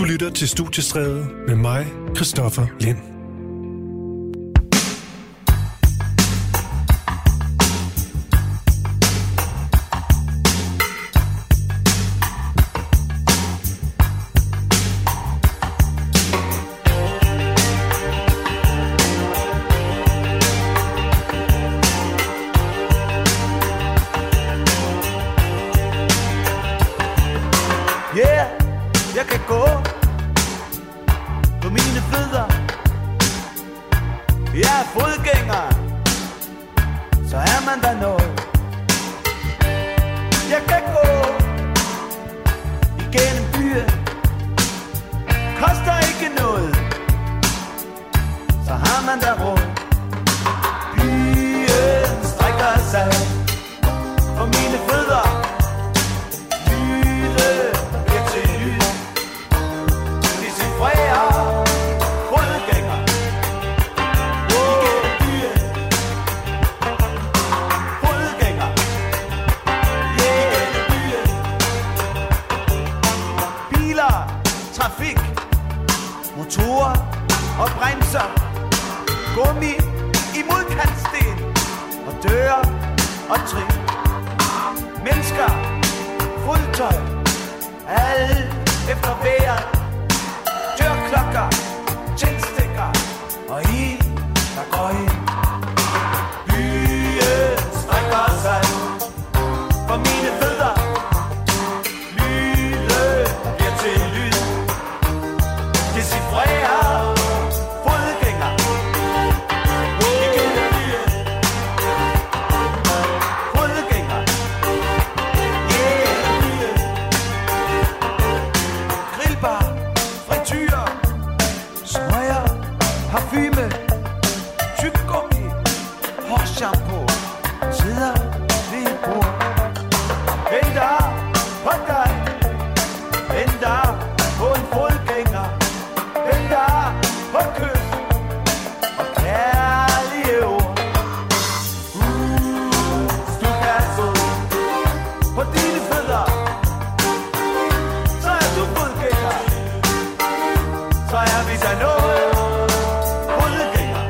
lytter til Studiestræde med mig, Christoffer Lind. Jeg kan gå på mine fødder. Jeg er fodgænger, så er man der noget. Jeg kan gå igennem byen, koster ikke noget, så har man der råd. Byen strækker sig på mine fødder. Motorer og bremser, gummi i modkantsten og døre og trin. Mennesker, fodtøj, alt efter vejret. Dørklokker, tændstikker og en, der går ind. Byen strækker sig for mine fødder. Lyden bliver til lyd. Decifrerer fodgænger igennem byen. Fodgænger igennem byen. Grillbar, frityrer, smøger, parfume, tyggegummi, hårshampoo, sidder ved et bord. Venter på dig, venter på en fodgænger. Venter på kys og kærlige ord. Du kan stå på dine fødder, så er du fodgænger. Så er vi der noget. Fodgænger.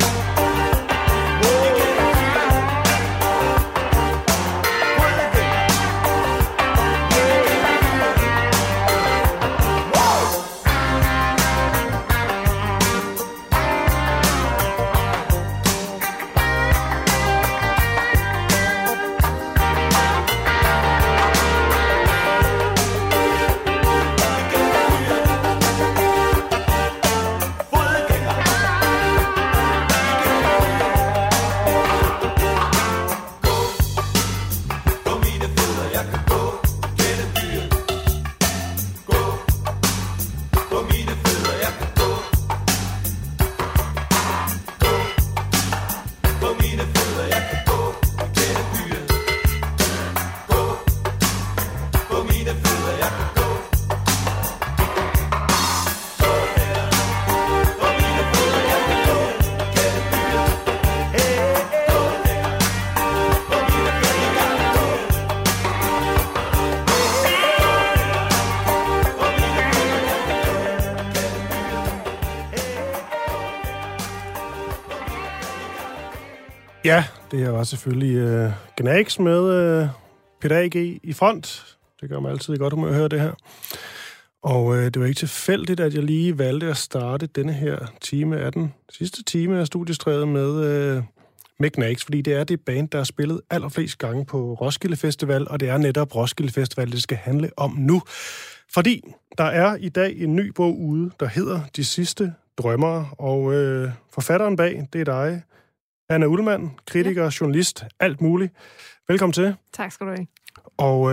Ja, det her var selvfølgelig Gnags med Peter A.G. i front. Det gør mig altid godt humør at høre det her. Og det var ikke tilfældigt, at jeg lige valgte at starte denne her time af den sidste time af Studiestrædet med Gnags, fordi det er det band, der har spillet allerflest gange på Roskilde Festival, og det er netop Roskilde Festival, det skal handle om nu. Fordi der er i dag en ny bog ude, der hedder De Sidste Drømmere, og forfatteren bag, det er dig, Anna Ullmann, kritiker, journalist, alt muligt. Velkommen til. Tak skal du have. Og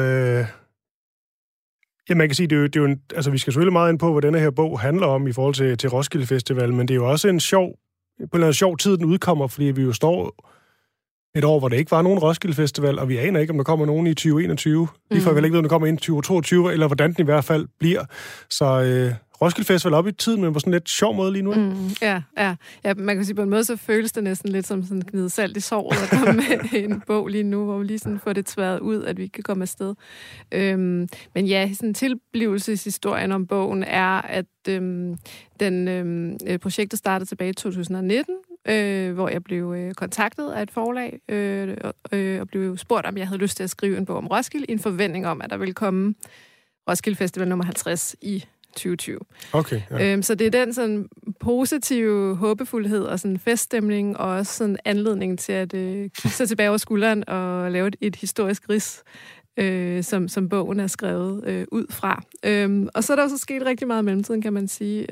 ja, man kan sige, det er jo altså vi skal selvfølgelig meget ind på, hvad denne her bog handler om i forhold til Roskilde Festival, men det er jo også en sjov tid, den udkommer, fordi vi jo står et år, hvor der ikke var nogen Roskilde Festival, og vi aner ikke, om der kommer nogen i 2021. Lige for at vi ikke ved, om der kommer ind i 2022, eller hvordan den i hvert fald bliver. Så Roskilde Festival op i tiden, men på sådan en lidt sjov måde lige nu. Ja, man kan sige, på en måde, så føles det næsten lidt som sådan gnide salt i såret at komme med en bog lige nu, hvor vi lige sådan får det tværet ud, at vi kan komme afsted. Men ja, sådan tilblivelseshistorien om bogen er, at projektet startede tilbage i 2019, hvor jeg blev kontaktet af et forlag og blev spurgt, om jeg havde lyst til at skrive en bog om Roskilde, i en forventning om, at der ville komme Roskilde Festival nummer 50 i 2020. Okay, ja. Så det er den sådan positive håbefuldhed og sådan feststemning, og også sådan anledning til at kigge sig tilbage over skulderen og lave et historisk rids, som bogen er skrevet ud fra. Og så er der også sket rigtig meget i mellemtiden, kan man sige.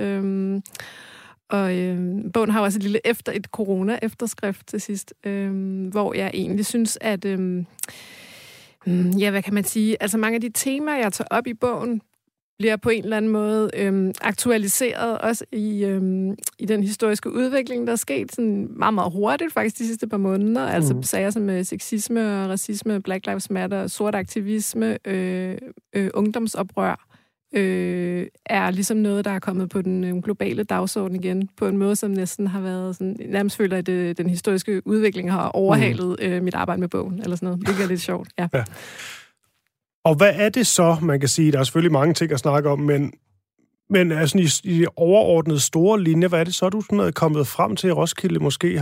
Bogen har også et lille et corona-efterskrift til sidst, hvor jeg egentlig synes, at hvad kan man sige? Altså mange af de temaer, jeg tager op i bogen, bliver på en eller anden måde aktualiseret også i den historiske udvikling, der er sket sådan meget, meget hurtigt faktisk de sidste par måneder. Altså sager som sexisme og racisme, Black Lives Matter, sort aktivisme, ungdomsoprør, er ligesom noget, der er kommet på den globale dagsorden igen, på en måde, som næsten har været sådan, nærmest føler, at den historiske udvikling har overhalet mit arbejde med bogen, eller sådan noget. Det er lidt sjovt, ja. Og hvad er det så, man kan sige? Der er selvfølgelig mange ting at snakke om, men altså i de overordnede store linjer, hvad er det så, du sådan er kommet frem til, at Roskilde måske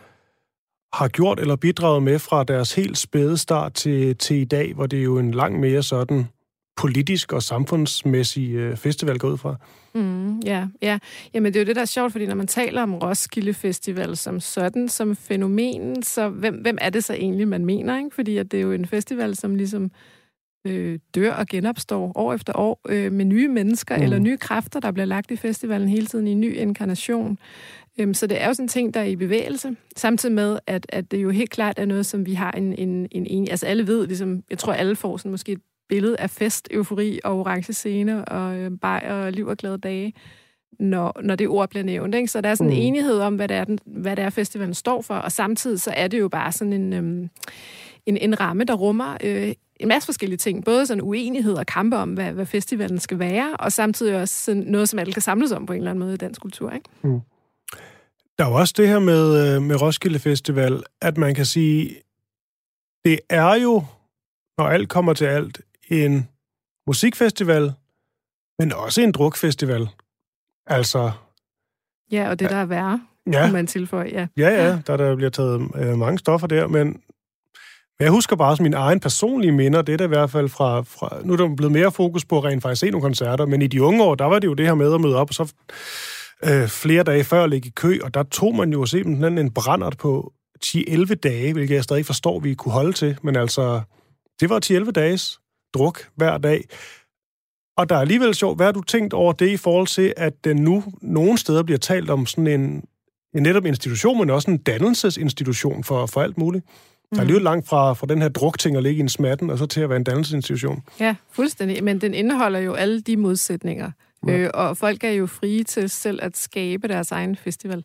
har gjort eller bidraget med fra deres helt spæde start til i dag, hvor det er jo en langt mere sådan politisk og samfundsmæssig festival går ud fra? Ja. Jamen, det er jo det, der er sjovt, fordi når man taler om Roskilde Festival som sådan, som fænomen, så hvem er det så egentlig, man mener, ikke? Fordi at det er jo en festival, som ligesom dør og genopstår år efter år med nye mennesker eller nye kræfter, der bliver lagt i festivalen hele tiden i en ny inkarnation. Så det er jo sådan en ting, der er i bevægelse, samtidig med, at det jo helt klart er noget, som vi har en altså alle ved, ligesom, jeg tror alle får sådan måske et billede af fest, eufori og orange scener og bajer og liv og glade dage, når det ord bliver nævnt. Ikke? Så der er sådan en enighed om, hvad det er, festivalen står for, og samtidig så er det jo bare sådan en ramme, der rummer en masse forskellige ting. Både sådan uenighed og kampe om, hvad festivalen skal være, og samtidig også sådan noget, som alle kan samles om på en eller anden måde i dansk kultur. Ikke? Der er jo også det her med Roskilde Festival, at man kan sige, det er jo, når alt kommer til alt, en musikfestival, men også en drukfestival. Altså... Ja, og det, der er værre, kan man tilføje, Ja, der bliver taget mange stoffer der, men jeg husker bare som mine egen personlige minder, det er der i hvert fald fra... Nu er der blevet mere fokus på at rent faktisk se nogle koncerter, men i de unge år, der var det jo det her med at møde op, og så flere dage før at ligge i kø, og der tog man jo simpelthen en brændert på 10-11 dage, hvilket jeg stadig forstår, vi kunne holde til, men altså, det var 10-11 dages druk hver dag. Og der er alligevel sjovt, hvad har du tænkt over det i forhold til, at den nu nogle steder bliver talt om sådan en netop institution, men også en dannelsesinstitution for alt muligt? Der er alligevel langt fra den her drukting at ligge i en smatten, og så til at være en dannelsesinstitution. Ja, fuldstændig. Men den indeholder jo alle de modsætninger. Og folk er jo frie til selv at skabe deres egen festival.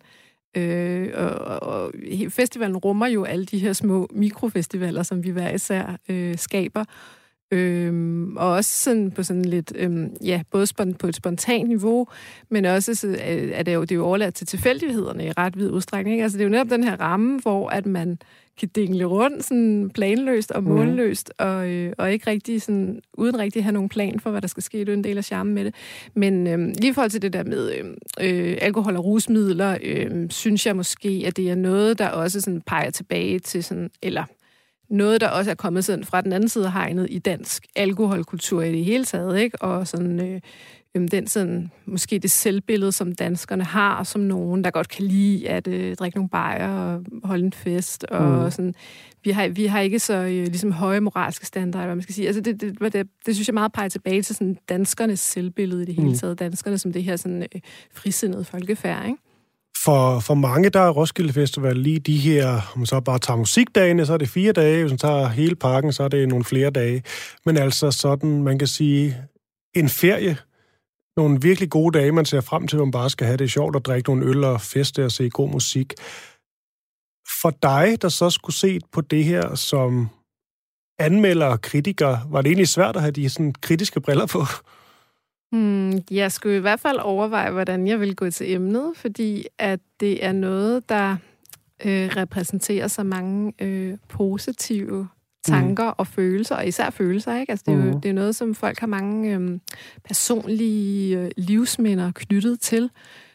Og festivalen rummer jo alle de her små mikrofestivaler, som vi hver især skaber. Og også sådan på sådan lidt, både på et spontant niveau, men også er det jo overladt til tilfældighederne i ret vid udstrækning. Ikke? Altså det er jo netop den her ramme, hvor at man kan dingle rundt sådan planløst og målløst, og ikke rigtig sådan, uden rigtig at have nogen plan for, hvad der skal ske. Det er en del af charmen med det. Men lige i forhold til det der med alkohol og rusmidler, synes jeg måske, at det er noget, der også sådan peger tilbage til sådan, eller noget, der også er kommet sådan fra den anden side af hegnet i dansk alkoholkultur i det hele taget, ikke? Og sådan den sådan, måske det selvbillede, som danskerne har, som nogen, der godt kan lide at drikke nogle bajer og holde en fest, og sådan, vi har ikke så ligesom høje moralske standarder, hvad man skal sige. Altså det synes jeg meget peger tilbage til sådan danskernes selvbillede i det hele taget, danskerne som det her sådan frisindede folkefærd, ikke? For mange, der er Roskilde Festival lige de her, om man så bare tager musikdagene, så er det 4 dage, hvis man tager hele parken, så er det nogle flere dage. Men altså sådan, man kan sige, en ferie, nogle virkelig gode dage, man ser frem til, hvor man bare skal have det sjovt og drikke nogle øl og feste og se god musik. For dig, der så skulle se på det her som anmelder og kritiker, var det egentlig svært at have de sådan kritiske briller på? Jeg skulle i hvert fald overveje, hvordan jeg vil gå til emnet, fordi at det er noget, der repræsenterer så mange positive tanker og følelser, og især følelser, ikke? Altså, det er noget, som folk har mange personlige livsminder knyttet til,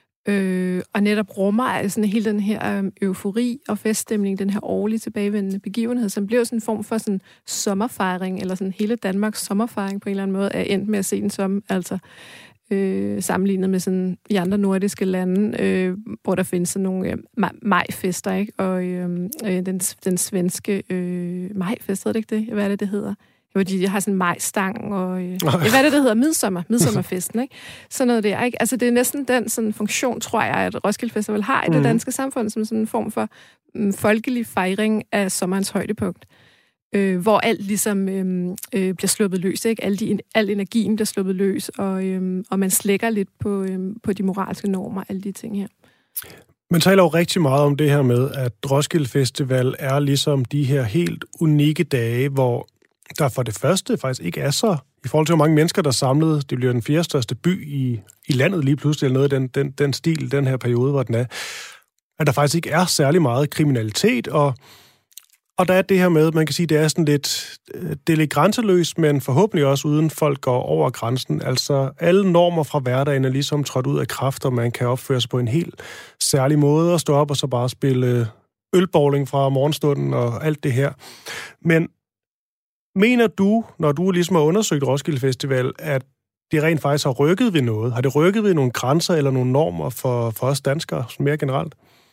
og netop rummer sådan hele den her eufori og feststemning, den her årlige tilbagevendende begivenhed, som bliver sådan en form for sådan sommerfejring, eller sådan hele Danmarks sommerfejring på en eller anden måde, er endt med at se den som, altså sammenlignet med sådan i andre nordiske lande, hvor der findes sådan nogle majfester, ikke? Og den svenske majfest, hedder det ikke det? Hvad er det hedder? Hvor de har sådan en majstang, og hvad er det hedder? Midsommerfesten, ikke? Sådan noget der, ikke? Altså, det er næsten den sådan funktion, tror jeg, at Roskilde Festival har i det danske samfund, som sådan en form for folkelig fejring af sommerens højdepunkt. Hvor alt ligesom bliver sluppet løs, ikke? Al energien bliver sluppet løs, og man slækker lidt på de moralske normer, alle de ting her. Man taler jo rigtig meget om det her med, at Roskilde Festival er ligesom de her helt unikke dage, hvor der for det første faktisk ikke er så, i forhold til hvor mange mennesker, der er samlet, det bliver den 4. største by i landet lige pludselig, eller noget af den stil, den her periode, hvor den er, at der faktisk ikke er særlig meget kriminalitet, og der er det her med, man kan sige, det er sådan lidt, det er lidt grænseløst, men forhåbentlig også uden folk går over grænsen. Altså alle normer fra hverdagen er ligesom trådt ud af kraft, og man kan opføre sig på en helt særlig måde og stå op og så bare spille ølbowling fra morgenstunden og alt det her. Men mener du, når du ligesom har undersøgt Roskilde Festival, at det rent faktisk har rykket ved noget? Har det rykket ved nogle grænser eller nogle normer for os danskere mere generelt?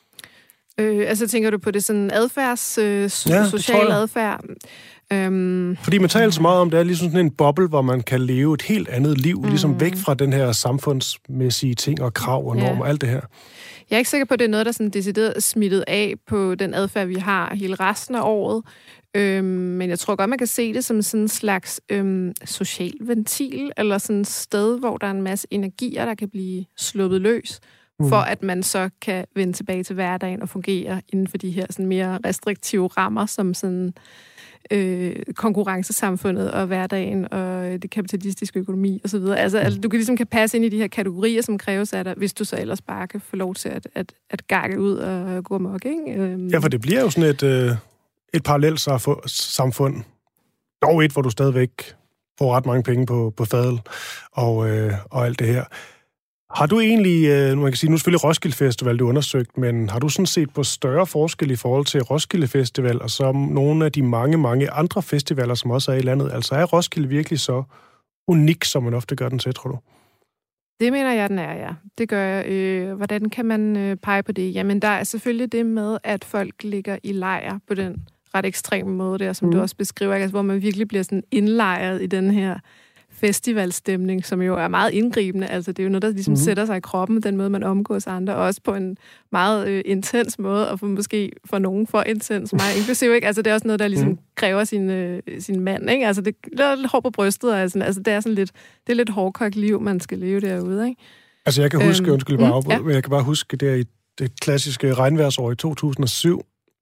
Altså tænker du på det sådan social adfærd? Fordi man taler så meget om, det er ligesom sådan en boble, hvor man kan leve et helt andet liv, ligesom væk fra den her samfundsmæssige ting og krav og normer og alt det her. Jeg er ikke sikker på, at det er noget, der sådan decideret smittet af på den adfærd, vi har hele resten af året. Men jeg tror godt, man kan se det som sådan en slags social ventil, eller sådan et sted, hvor der er en masse energier, der kan blive sluppet løs, for at man så kan vende tilbage til hverdagen og fungere inden for de her sådan mere restriktive rammer, som sådan konkurrencesamfundet og hverdagen og det kapitalistiske økonomi osv. Altså, du kan ligesom passe ind i de her kategorier, som kræves af dig, hvis du så ellers bare kan få lov til at gakke ud og gå amok, ikke? Ja, for det bliver jo sådan et parallelt samfund. Dog et, hvor du stadigvæk får ret mange penge på fadel og alt det her. Har du egentlig, man kan sige, nu er selvfølgelig Roskilde Festival, du har undersøgt, men har du sådan set på større forskel i forhold til Roskilde Festival, og så nogle af de mange, mange andre festivaler, som også er i landet? Altså er Roskilde virkelig så unik, som man ofte gør den til, tror du? Det mener jeg, den er, ja. Det gør jeg. Hvordan kan man pege på det? Jamen, der er selvfølgelig det med, at folk ligger i lejr på den ret ekstreme måde der, som du også beskriver, altså, hvor man virkelig bliver sådan indlejret i den her festivalstemning, som jo er meget indgribende. Altså, det er jo noget, der ligesom sætter sig i kroppen, den måde, man omgås andre, også på en meget intens måde, og måske for nogen for intens, mig inklusive, ikke? Altså, det er også noget, der ligesom kræver sin mand, ikke? Altså, det er lidt hår på brystet, og altså, det er sådan lidt, det er lidt hårdkogt liv, man skal leve derude, ikke? Altså, jeg kan huske, undskyld bare afbryde, men jeg kan bare huske, det er i det klassiske regnværsår i 2007,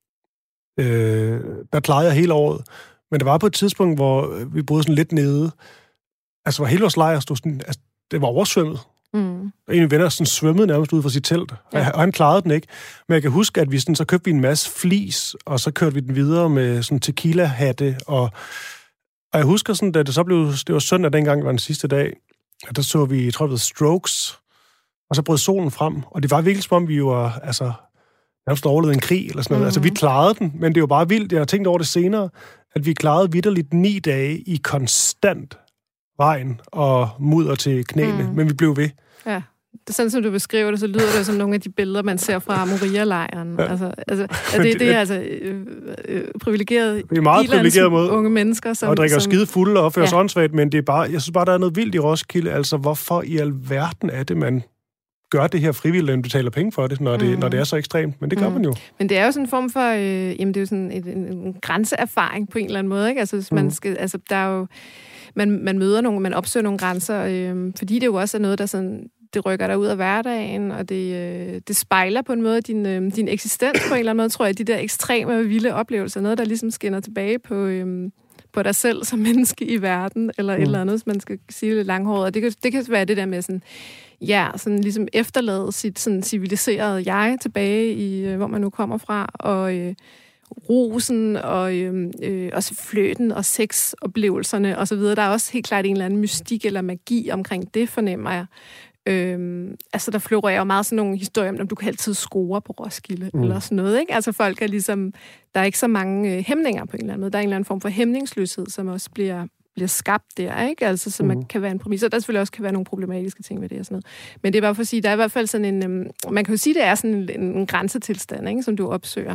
der klarede jeg hele året, men der var på et tidspunkt, hvor vi boede sådan lidt nede. Altså, hvor hele vores lejr stod sådan, altså, det var oversvømmet. En af mine venner sådan svømmede nærmest ud fra sit telt, og han klarede den ikke. Men jeg kan huske, at så købte vi en masse flis, og så kørte vi den videre med sådan tequila-hatte, og jeg husker sådan, at det var søndag dengang, det var den sidste dag, og der så vi, jeg tror det var Strokes, og så brød solen frem, og det var virkelig som om, vi var, altså, nærmest overlevede en krig, eller sådan noget. Altså, vi klarede den, men det var bare vildt. Jeg har tænkt over det senere, at vi klarede vitterligt 9 dage i konstant regn og mudder til knæene, men vi blev ved. Ja, det er sådan, som du beskriver det, så lyder det som nogle af de billeder, man ser fra Moria-lejren. Ja. Altså, det er altså privilegeret. Det er meget privilegeret mod unge mennesker, som drikker skide fulde og opfører sig åndssvagt, men det er bare, jeg synes bare, der er noget vildt i Roskilde. Altså, hvorfor i alverden er det, man gør det her frivilligt, og betaler penge for det, når det er så ekstremt, men det gør man jo. Men det er jo sådan en form for, det er jo sådan en grænseerfaring på en eller anden måde, ikke? Altså, man skal, altså, der er jo man møder nogle, man opsøger nogle grænser, fordi det jo også er noget, der sådan, det rykker dig ud af hverdagen, og det spejler på en måde din eksistens på en eller anden måde, tror jeg, de der ekstreme og vilde oplevelser, noget, der ligesom skinner tilbage på dig selv som menneske i verden, eller et eller andet, hvis man skal sige lidt langhåret. Og det kan være det der med sådan, sådan ligesom efterlade sit sådan civiliserede jeg tilbage i, hvor man nu kommer fra, og rosen, og også fløten, og sexoplevelserne, og så videre. Der er også helt klart en eller anden mystik eller magi omkring det, fornemmer jeg. Der florerer jo meget sådan nogle historier om, du kan altid score på Roskilde, eller sådan noget, ikke? Altså folk er ligesom, der er ikke så mange hæmninger på en eller anden måde. Der er en eller anden form for hæmningsløshed, som også bliver skabt der, ikke? Altså, så man kan være en præmis. Og der selvfølgelig også kan være nogle problematiske ting ved det og sådan noget. Men det er bare for at sige, der er i hvert fald sådan en, man kan jo sige, det er sådan en grænsetilstand, ikke? Som du opsøger.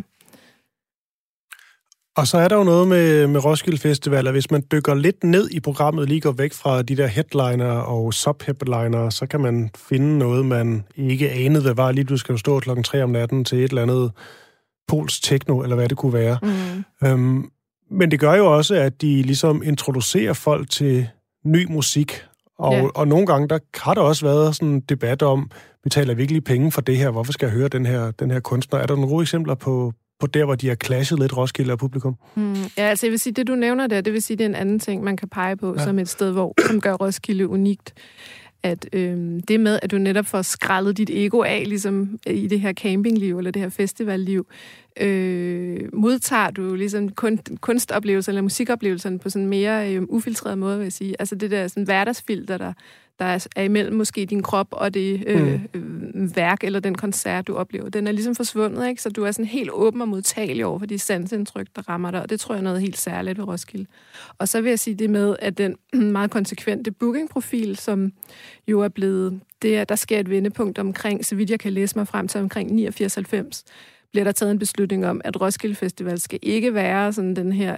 Og så er der jo noget med Roskilde Festival, at hvis man dykker lidt ned i programmet, lige går væk fra de der headliner og sub-headliner, så kan man finde noget, man ikke anede, hvad var. Lige du skal jo stå 3:00 om natten til et eller andet polsk techno, eller hvad det kunne være. Men det gør jo også, at de ligesom introducerer folk til ny musik. Og nogle gange, der har der også været sådan en debat om, betaler virkelig penge for det her? Hvorfor skal jeg høre den her kunstner? Er der nogle gode eksempler på der, hvor de har clashet lidt Roskilde og publikum? Ja, altså jeg vil sige, det du nævner der, det vil sige, det er en anden ting, man kan pege på som et sted, som gør Roskilde unikt. At det med, at du netop får skrællet dit ego af, ligesom i det her campingliv, eller det her festivalliv, modtager du ligesom kunstoplevelser eller musikoplevelser på sådan en mere ufiltreret måde, vil jeg sige. Altså det der sådan hverdagsfilter, der er imellem måske din krop og det værk eller den koncert, du oplever. Den er ligesom forsvundet, ikke? Så du er sådan helt åben og modtagelig over for de sansindtryk, der rammer dig, og det tror jeg er noget helt særligt ved Roskilde. Og så vil jeg sige det med, at den meget konsekvente bookingprofil, som jo er blevet, der sker et vendepunkt omkring, så vidt jeg kan læse mig frem til omkring 89-90, bliver der taget en beslutning om, at Roskilde Festival skal ikke være sådan den her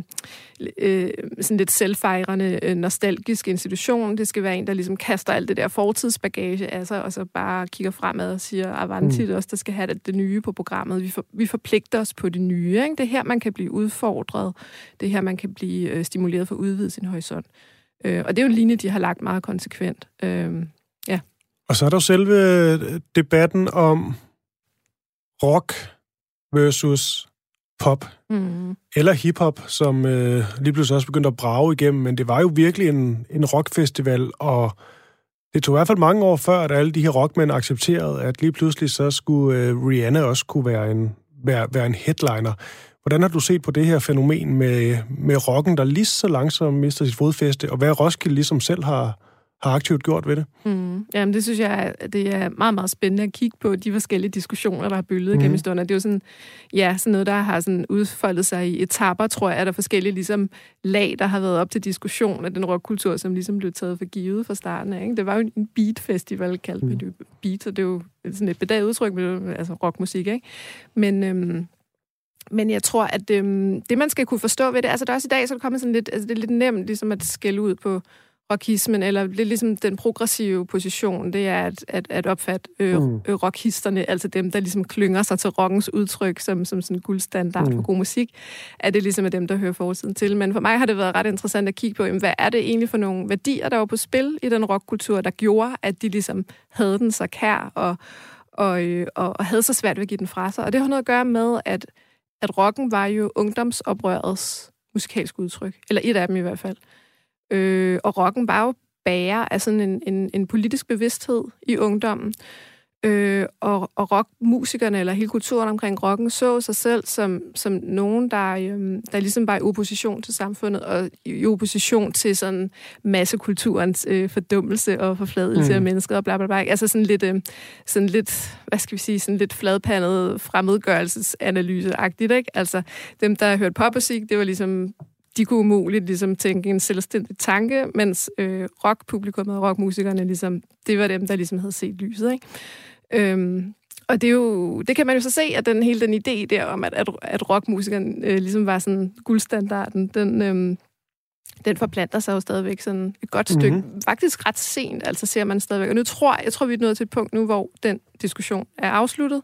sådan lidt selvfejrende, nostalgisk institution. Det skal være en, der ligesom kaster alt det der fortidsbagage af sig, og så bare kigger fremad og siger, Avanti, det er også, der skal have det nye på programmet. Vi forpligter os på det nye. Ikke? Det er her, man kan blive udfordret. Det er her, man kan blive stimuleret for at udvide sin horisont. Og det er jo en linje, de har lagt meget konsekvent. Ja. Og så er der jo selve debatten om rock versus pop, eller hiphop, som lige pludselig også begyndte at brage igennem, men det var jo virkelig en rockfestival, og det tog i hvert fald mange år før, at alle de her rockmænd accepterede, at lige pludselig så skulle Rihanna også kunne være en headliner. Hvordan har du set på det her fænomen med rocken, der lige så langsomt mister sit fodfæste, og hvad Roskilde ligesom selv har aktivt gjort ved det? Jamen, det synes jeg, det er meget, meget spændende at kigge på de forskellige diskussioner, der har bølget gennem historien. Det er jo sådan, sådan noget, der har sådan udfoldet sig i etaper, tror jeg, er der forskellige ligesom lag, der har været op til diskussion af den rockkultur, som ligesom blev taget for givet fra starten af. Ikke? Det var jo en beat-festival, kaldt man det beat, og det er jo sådan et bedaget udtryk, altså rockmusik, ikke? Men jeg tror, at det, man skal kunne forstå ved det, altså der er også i dag, så er det kommet sådan lidt, altså det er lidt nemt ligesom at skælde ud på rockismen, eller det er ligesom den progressive position, det er at opfatte rockhisterne, altså dem, der ligesom klynger sig til rockens udtryk som sådan en guldstandard for god musik, at det ligesom er dem, der hører forsiden til. Men for mig har det været ret interessant at kigge på, hvad er det egentlig for nogle værdier, der var på spil i den rockkultur, der gjorde, at de ligesom havde den så kær og havde så svært ved at give den fra sig. Og det har noget at gøre med, at rocken var jo ungdomsoprørets musikalske udtryk, eller et af dem i hvert fald. Og rocken var jo bærer af sådan en politisk bevidsthed i ungdommen. Og rockmusikerne, eller hele kulturen omkring rocken, så sig selv som nogen, der ligesom var i opposition til samfundet, og i opposition til sådan massekulturens fordummelse og forfladelse af mennesker, og bla bla bla. Altså sådan lidt, hvad skal vi sige, sådan lidt fladpandet fremmedgørelsesanalyse-agtigt, ikke? Altså dem, der hørte popmusik, det var ligesom, de kunne umuligt ligesom tænke en selvstændig tanke, mens rockpublikummet og rockmusikerne ligesom, det var dem, der ligesom havde set lyset, ikke? Og det kan man jo så se, at hele den idé der om, at rockmusikeren ligesom var sådan guldstandarden, den forplanter sig jo stadigvæk sådan et godt stykke, faktisk ret sent, altså ser man stadigvæk. Og nu jeg tror, vi er nået til et punkt nu, hvor den diskussion er afsluttet,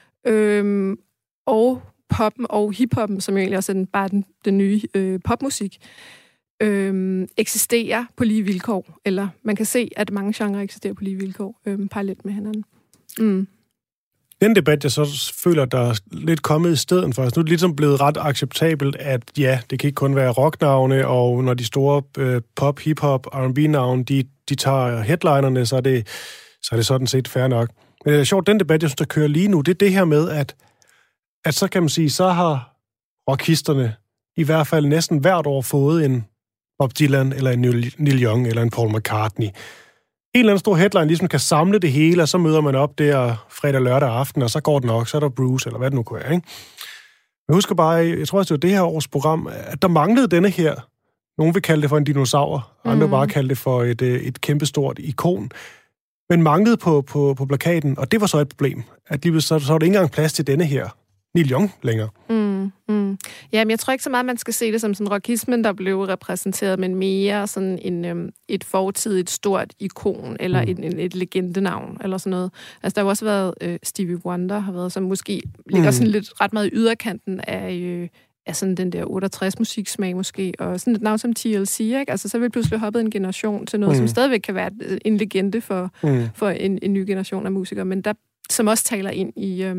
og poppen og hiphoppen, som jo egentlig også er bare den nye popmusik, eksisterer på lige vilkår. Eller man kan se, at mange genrer eksisterer på lige vilkår, parallelt med hinanden. Den debat, jeg så føler, der er lidt kommet i stedet for, altså nu er det ligesom blevet ret acceptabelt, at ja, det kan ikke kun være rocknavne, og når de store pop, hip-hop, R&B-navne, de tager headlinerne, så er det sådan set fair nok. Men det er sjovt, den debat, jeg synes, der kører lige nu, det er det her med, at så kan man sige, så har rockisterne i hvert fald næsten hvert år fået en Bob Dylan, eller en Neil Young, eller en Paul McCartney. En eller anden stor headline ligesom kan samle det hele, og så møder man op der fredag, lørdag aften, og så går det nok, så er der Bruce, eller hvad det nu kunne være, ikke? Jeg husker bare, jeg tror også, det var det her års program, at der manglede denne her. Nogen vil kalde det for en dinosaur, andre bare kalde det for et kæmpestort ikon. Men manglede på plakaten, og det var så et problem. At lige så var der ikke engang plads til denne her Neil Young længere. Jamen, jeg tror ikke så meget, man skal se det som sådan rockismen, der blev repræsenteret, men mere sådan et fortidigt stort ikon, eller et legendenavn, eller sådan noget. Altså, der har også været Stevie Wonder, har været, som måske ligger sådan lidt ret meget i yderkanten af sådan den der 68-musiksmag måske, og sådan et navn som TLC, ikke? Altså, så vil pludselig hoppet en generation til noget, som stadigvæk kan være en legende for en ny generation af musikere, men der som også taler ind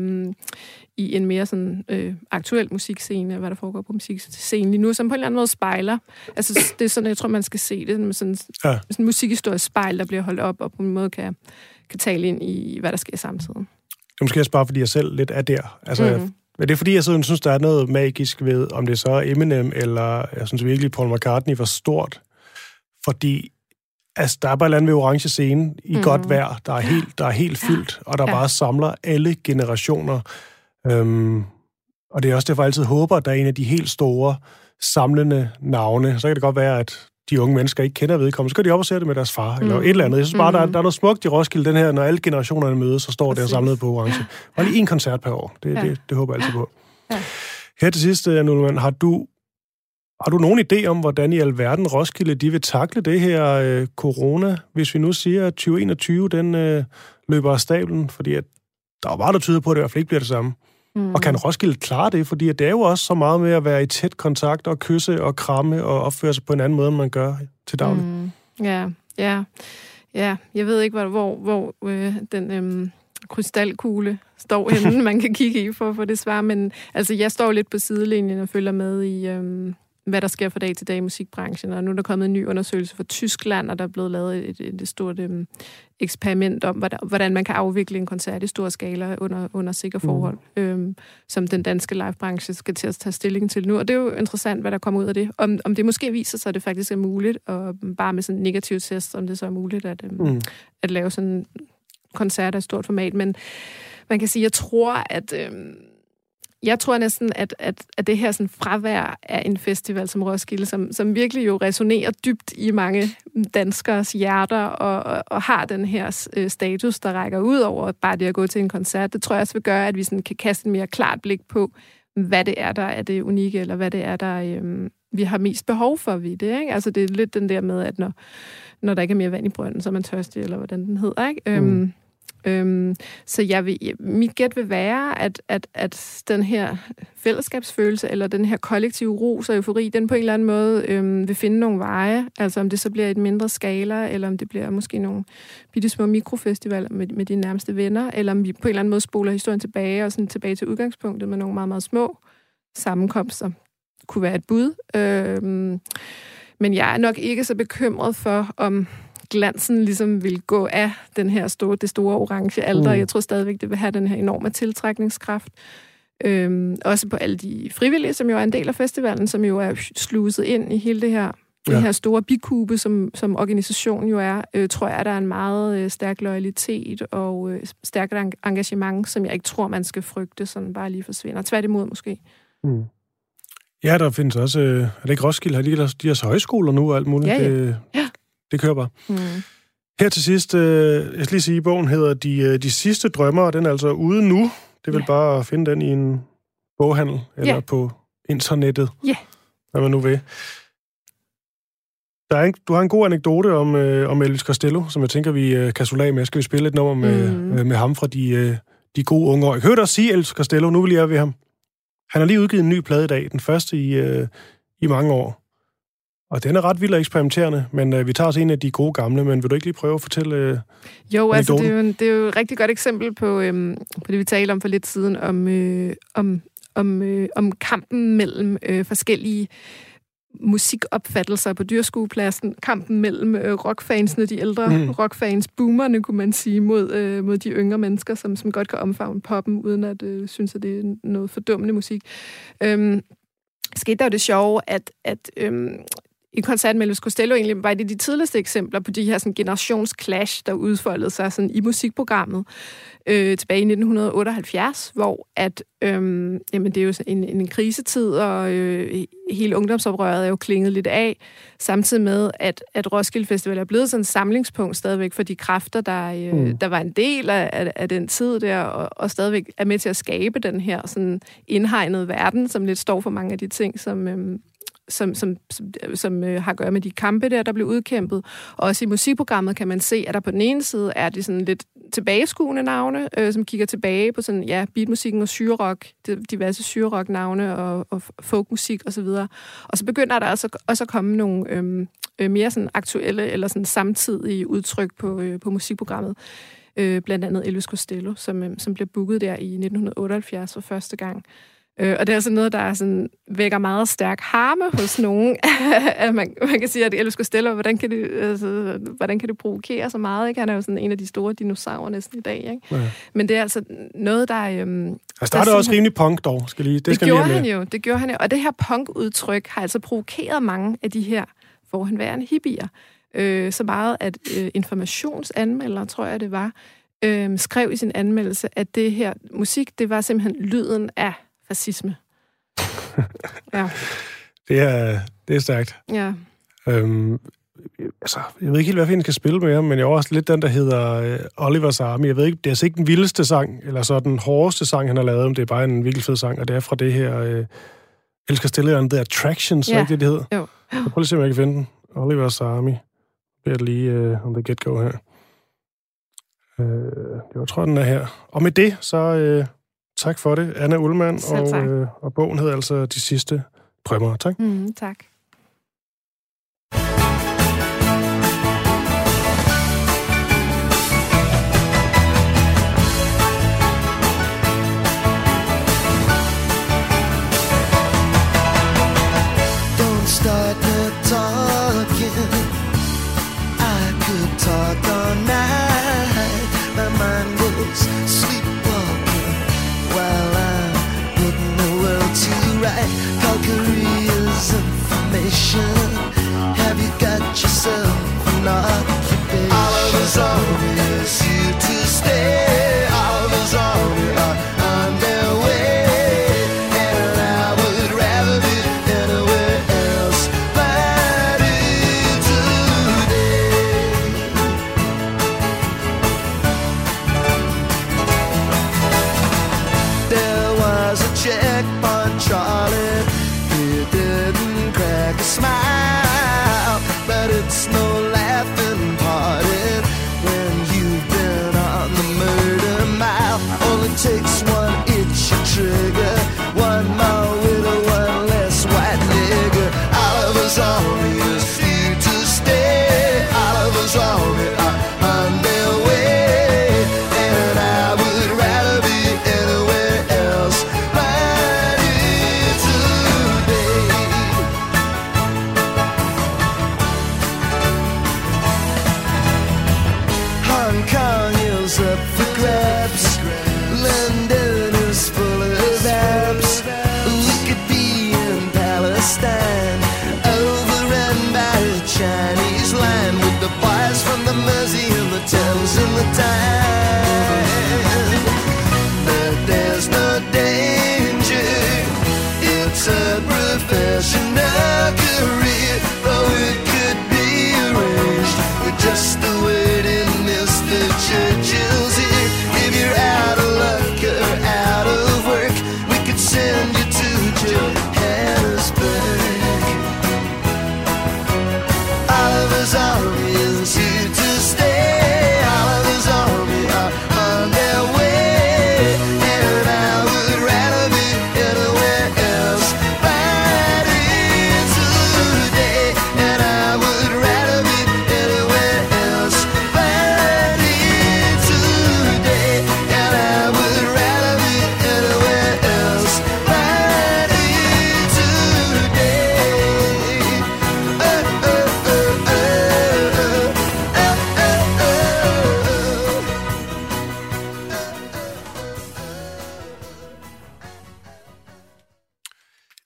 i en mere sådan aktuel musikscene, hvad der foregår på musikscenen lige nu, som på en eller anden måde spejler. Altså, det er sådan, jeg tror, man skal se det med sådan en musikhistorisk spejl, der bliver holdt op, og på en måde kan tale ind i, hvad der sker i samtiden. Det er måske også bare, fordi jeg selv lidt er der. Altså, det er fordi, jeg synes, der er noget magisk ved, om det så er Eminem, eller jeg synes virkelig, Paul McCartney var stort. Fordi altså, der er bare et eller andet ved orange scene i godt vejr, der er helt fyldt, og der bare samler alle generationer. Og det er også derfor, jeg altid håber, at der er en af de helt store samlende navne. Så kan det godt være, at de unge mennesker ikke kender vedkommende. Så kan de op og se det med deres far, eller et eller andet. Jeg synes bare, der er noget smukt i Roskilde, den her, når alle generationerne mødes, så står der samlet på orange. Og lige en koncert per år. Det håber jeg altid på. Ja. Her til sidst, Jan Ullmann, har du nogen idé om, hvordan i alverden Roskilde, de vil takle det her corona, hvis vi nu siger, at 2021, den løber af stablen, fordi at der er bare der tyder på, at det i hvert fald ikke bliver det samme. Og kan Roskilde klare det? Fordi at det er jo også så meget med at være i tæt kontakt og kysse og kramme og opføre sig på en anden måde, end man gør til daglig. Ja. Jeg ved ikke, hvor den krystalkugle står henne, man kan kigge i for at få det svar, men altså, jeg står lidt på sidelinjen og følger med i hvad der sker fra dag til dag i musikbranchen. Og nu er der kommet en ny undersøgelse fra Tyskland, og der er blevet lavet et stort eksperiment om, hvordan man kan afvikle en koncert i stor skala under sikre forhold, som den danske livebranche skal til at tage stilling til nu. Og det er jo interessant, hvad der kommer ud af det. Om det måske viser sig, at det faktisk er muligt, og bare med sådan en negativ test, om det så er muligt at lave sådan en koncert af et stort format. Men man kan sige, jeg tror næsten, at det her sådan fravær af en festival som Roskilde, som virkelig jo resonerer dybt i mange danskers hjerter, og har den her status, der rækker ud over bare det at gå til en koncert, det tror jeg også vil gøre, at vi sådan kan kaste en mere klart blik på, hvad det er, der er det unikke, eller hvad det er, der vi har mest behov for ved det, ikke? Altså det er lidt den der med, at når der ikke er mere vand i brønden, så er man tørstig, eller hvordan den hedder, ikke? Så mit gæt vil være, at den her fællesskabsfølelse, eller den her kollektive ros og eufori, den på en eller anden måde vil finde nogle veje. Altså om det så bliver et mindre skala, eller om det bliver måske nogle bittesmå mikrofestivaler med de nærmeste venner, eller om vi på en eller anden måde spoler historien tilbage, og sådan tilbage til udgangspunktet med nogle meget, meget små sammenkomster. Kunne være et bud. Men jeg er nok ikke så bekymret for, om glansen ligesom vil gå af det store orange alter. Jeg tror stadigvæk, det vil have den her enorme tiltrækningskraft. Også på alle de frivillige, som jo er en del af festivalen, som jo er sluset ind i hele det her store bikube, som organisationen jo er, tror jeg, der er en meget stærk loyalitet og stærkt engagement, som jeg ikke tror, man skal frygte, sådan bare lige forsvinder. Tværtimod måske. Ja, der findes også, er det ikke Roskilde, de har så højskoler nu og alt muligt. Ja. Det kører bare. Her til sidst, jeg skal lige sige, bogen hedder De sidste drømmer, og den er altså ude nu. Det vil bare at finde den i en boghandel, eller på internettet, hvad man nu vil. Du har en god anekdote om Elvis Costello, som jeg tænker, vi kan slutte af med. Skal vi spille et nummer med ham fra de gode unge år? Jeg hørte også sige Elvis Costello, nu vil jeg ved ham. Han har lige udgivet en ny plade i dag, den første i mange år. Og den er ret vild og eksperimenterende, men vi tager os en af de gode gamle, men vil du ikke lige prøve at fortælle Jo, altså det er jo et rigtig godt eksempel på det, vi talte om for lidt siden, om kampen mellem forskellige musikopfattelser på dyrskuepladsen, kampen mellem rockfansene, de ældre rockfans, boomerne, kunne man sige, mod de yngre mennesker, som godt kan omfavne poppen, uden at synes, at det er noget fordummende musik. Skete der jo det sjove, at i koncerten med Elvis Costello egentlig var det de tidligste eksempler på de her sådan, generationsclash, der udfoldede sig sådan, i musikprogrammet tilbage i 1978, hvor at, jamen, det er jo en krisetid, og hele ungdomsoprøret er jo klinget lidt af, samtidig med, at Roskilde Festival er blevet sådan et samlingspunkt stadigvæk for de kræfter, der var en del af den tid der, og stadigvæk er med til at skabe den her sådan indhegnede verden, som lidt står for mange af de ting, som har at gøre med de kampe der blev udkæmpet. Og også i musikprogrammet kan man se, at der på den ene side er de sådan lidt tilbageskuende navne, som kigger tilbage på sådan, ja, beatmusikken og syrerock, diverse syrerock-navne og folkmusik osv. Og så begynder der også at komme nogle mere sådan aktuelle eller sådan samtidige udtryk på musikprogrammet. Blandt andet Elvis Costello, som blev booket der i 1978 for første gang. Og det er altså noget, der sådan vækker meget stærk harme hos nogen. man kan sige, at Elvis Costello, hvordan kan det provokere så meget? Ikke? Han er jo sådan en af de store dinosaurer næsten i dag. Ikke? Ja. Men det er altså noget, der... Han startede også rimelig punk dog. Det gjorde han jo. Og det her punk-udtryk har altså provokeret mange af de her forhenværende hippier. Så meget, at informationsanmelder, tror jeg det var, skrev i sin anmeldelse, at det her musik, det var simpelthen lyden af fascisme. Ja. Det er stærkt. Ja. Altså, jeg ved ikke helt, hvad jeg skal spille med ham, men jeg har også lidt den, der hedder Oliver's Army. Jeg ved ikke, det er altså ikke den vildeste sang, eller så den hårdeste sang, han har lavet, men det er bare en virkelig fed sang, og det er fra det her elsker stille, The Attractions, ja. Ikke det hedder? Jo. Jeg prøver lige at se, om jeg kan finde den. Oliver's Army. Det er lige on the get-go her. Jeg tror, den er her. Og med det, så tak for det, Anna Ullmann, og bogen hedder altså De sidste drømmer. Tak. Tak. Don't start the talking. I could talk all night. My mind goes sleepwalking while I'm putting the world to right. Calcareers and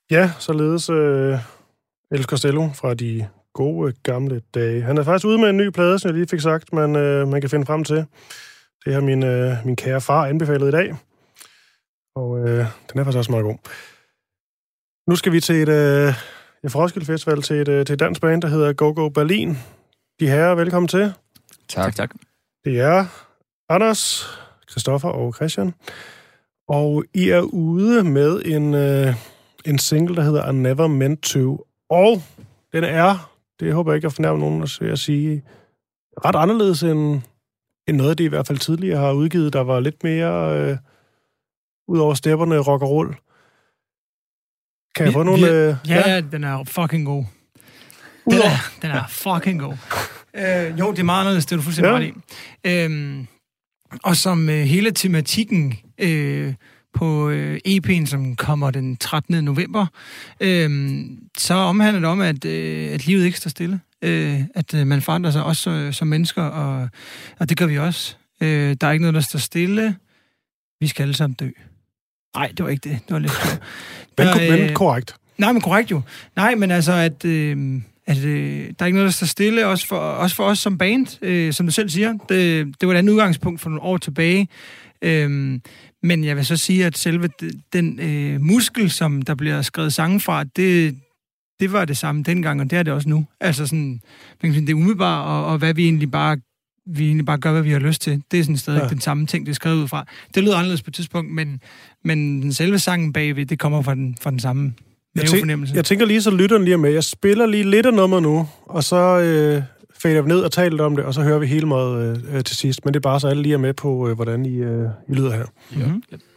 Ja, således Elvis Costello fra de gode gamle dage. Han er faktisk ude med en ny plade, som jeg lige fik sagt, men man kan finde frem til. Det har min kære far anbefalet i dag. Og den er faktisk også meget god. Nu skal vi til fra Roskilde Festival til et dansk band, der hedder Go Go Berlin. De herrer, velkommen til. Tak. Det er Anders, Christoffer og Christian. Og I er ude med en single, der hedder I Never Meant To. Og den er, det håber jeg ikke at fornærme nogen at sige, ret anderledes end noget af det i hvert fald tidligere har udgivet, der var lidt mere ud over stepperne rock og roll. Kan jeg få nogle... Ja, den er fucking god. Den er fucking god. Jo, det er meget anderledes, det er du fuldstændig ret i. Og som hele tematikken på EP'en, som kommer den 13. november, så omhandler det om, at livet ikke står stille. At man forandrer sig også som mennesker, og det gør vi også. Der er ikke noget, der står stille. Vi skal alle sammen dø. Nej, det var ikke det. Det var lidt stort. Men korrekt. Nej, men korrekt jo. Nej, men altså, at der er ikke noget, der står stille, også for os som band, som du selv siger. Det var et andet udgangspunkt for nogle år tilbage. Men jeg vil så sige, at selve den muskel, som der bliver skrevet sange fra, det var det samme dengang, og det er det også nu. Altså sådan, det er umiddelbart, og hvad vi egentlig bare gør, hvad vi har lyst til. Det er sådan stadig den samme ting, det er skrevet ud fra. Det lyder anderledes på et tidspunkt, men den selve sangen bagved, det kommer fra den samme mavefornemmelse. Jeg tænker lige, så lytteren lige med. Jeg spiller lige lidt af nummer nu, og så fader vi ned og taler om det, og så hører vi hele meget til sidst. Men det er bare så alle lige er med på, hvordan I lyder her. Ja.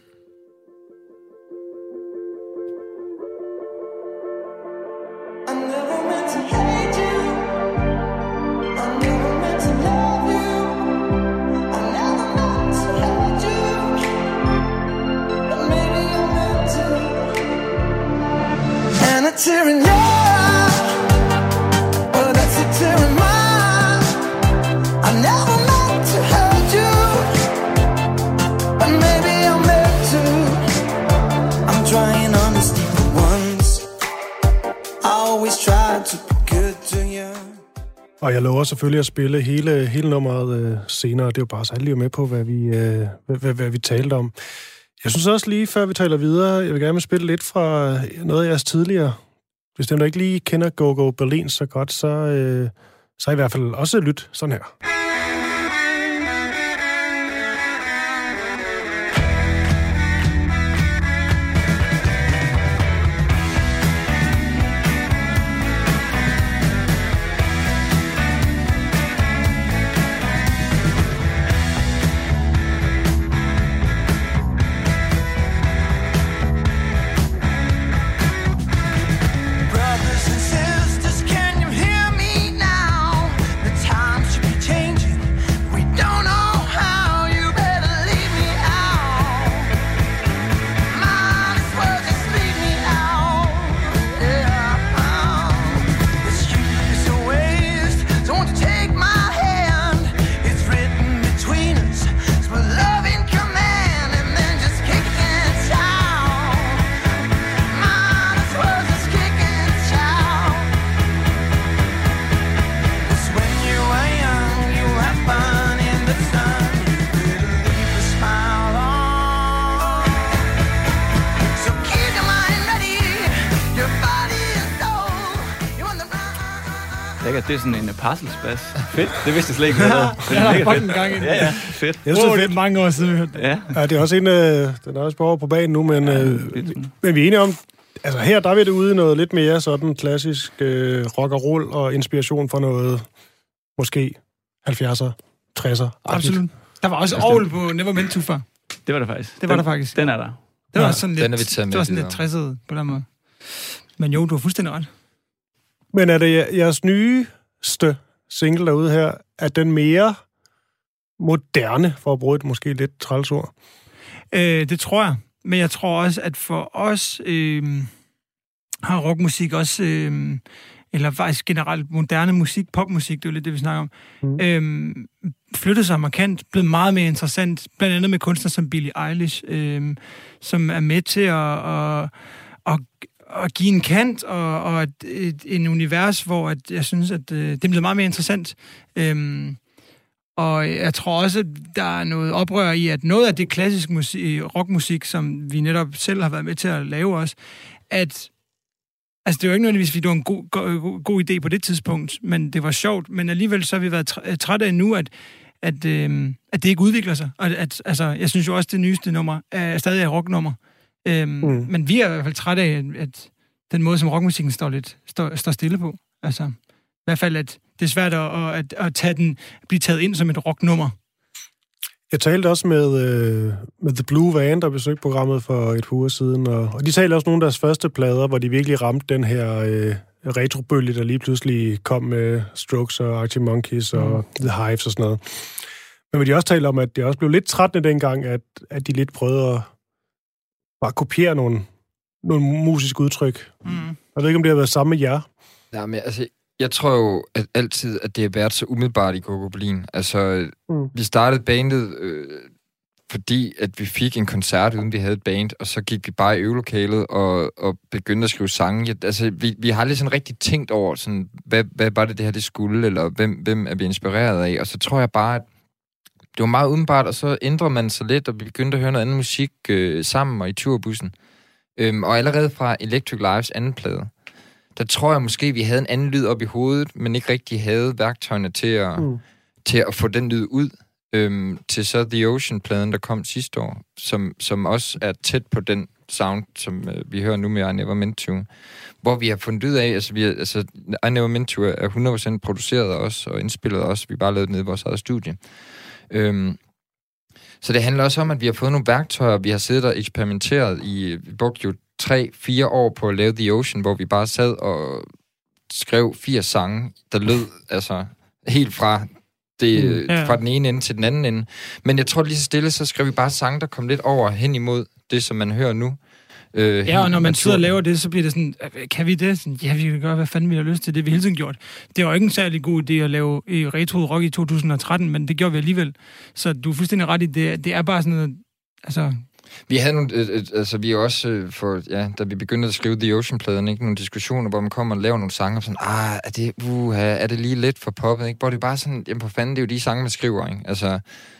Tearing your well, that's a tearing mine. I never meant to hurt you, but maybe I'm meant to. I'm trying on the deeper ones. I always try to be good to you. Og jeg lover selvfølgelig at spille hele nummeret senere. Det er jo bare så alle med på, hvad vi talte om. Jeg synes også lige, før vi taler videre, jeg vil gerne spille lidt fra noget af jeres tidligere. Hvis dem, der ikke lige kender Go Go Berlin så godt, så i hvert fald også lyt sådan her. Det er sådan en parcelsbas. Fedt. Det vidste jeg slet ikke. Jeg har fucking gang i det. Ja, fedt. Jeg synes, det er fedt. Mange år siden. Ja, det er også den er også på banen nu, men vi er enige om, altså her, der er vi det ude i noget lidt mere sådan klassisk rock og roll og inspiration fra noget, måske 70'er, 60'er. Absolut. Der var også Aarhus på Never Meant To før. Det var der faktisk. Der faktisk. Den er der. Det var sådan lidt, den er vi taget med. Det var sådan lidt 60'et på den måde. Men jo, du har fuldstændig ret. Men er det jeres nyeste single derude her, er den mere moderne, for at bruge et måske lidt trælsord? Det tror jeg. Men jeg tror også, at for os har rockmusik også, eller faktisk generelt moderne musik, popmusik, det er jo lidt det, vi snakker om, flyttet sig markant, blevet meget mere interessant, blandt andet med kunstnere som Billie Eilish, som er med til at give en kant og en univers, hvor at jeg synes, at det bliver meget mere interessant. Og jeg tror også, at der er noget oprør i, at noget af det klassiske rockmusik, som vi netop selv har været med til at lave også, at altså, det var ikke nødvendigvis, fordi det var en god idé på det tidspunkt, men det var sjovt. Men alligevel så har vi været trætte af nu, at det ikke udvikler sig. Og altså, jeg synes jo også, det nyeste nummer er stadig et rocknummer. Men vi er i hvert fald trætte af, at den måde, som rockmusikken står stille på. Altså, i hvert fald, at det er svært at blive taget ind som et rocknummer. Jeg talte også med The Blue Van, der besøgte programmet for et par uger siden, og de talte også nogle af deres første plader, hvor de virkelig ramte den her retrobølge, der lige pludselig kom med Strokes og Arctic Monkeys og The Hives og sådan noget. Men de også talte om, at det også blev lidt trættende dengang, at de lidt prøvede at bare kopiere nogle musiske udtryk. Jeg ved ikke, om det har været samme med jer. Ja, men altså, jeg tror jo altid, at det har været så umiddelbart i Gogoblin. Altså, vi startede bandet, fordi at vi fik en koncert, uden vi havde et band, og så gik vi bare i øvelokalet og begyndte at skrive sange. Altså, vi har lidt sådan rigtig tænkt over, sådan, hvad var det her, det skulle, eller hvem er vi inspireret af? Og så tror jeg bare, at det var meget umiddelbart, og så ændrede man sig lidt, og vi begyndte at høre noget andet musik sammen og i turbussen. Og allerede fra Electric Lives anden plade, der tror jeg måske, vi havde en anden lyd op i hovedet, men ikke rigtig havde værktøjerne til at få den lyd ud. Til så The Ocean-pladen, der kom sidste år, som også er tæt på den sound, som vi hører nu med I Never Meant To. Hvor vi har fundet ud af, I Never Meant To er 100% produceret af os og indspillet af os. Vi bare lavet det nede i vores eget studie. Så det handler også om, at vi har fået nogle værktøjer, vi har siddet og eksperimenteret i. Vi brugte jo 3-4 år på at lave The Ocean, hvor vi bare sad og skrev 80 sange, der lød altså helt fra den ene ende til den anden ende. Men jeg tror lige så stille, så skrev vi bare sange, der kom lidt over hen imod det, som man hører nu. Og når man sidder og laver det, så bliver det sådan, kan vi det? Sådan, ja, vi kan gøre, hvad fanden vi har lyst til. Det vi hele tiden gjort. Det var ikke en særlig god idé at lave retro rock i 2013, men det gjorde vi alligevel. Så du er fuldstændig ret i det. Det er bare sådan noget, altså. Vi havde nogle, vi også da vi begyndte at skrive The Ocean-pladen, ikke, nogle diskussioner, hvor man kommer og laver nogle sange, og sådan, er det lige lidt for poppet, ikke? Hvor det er bare sådan, jamen for fanden, det er jo de sange, man skriver, ikke? Altså,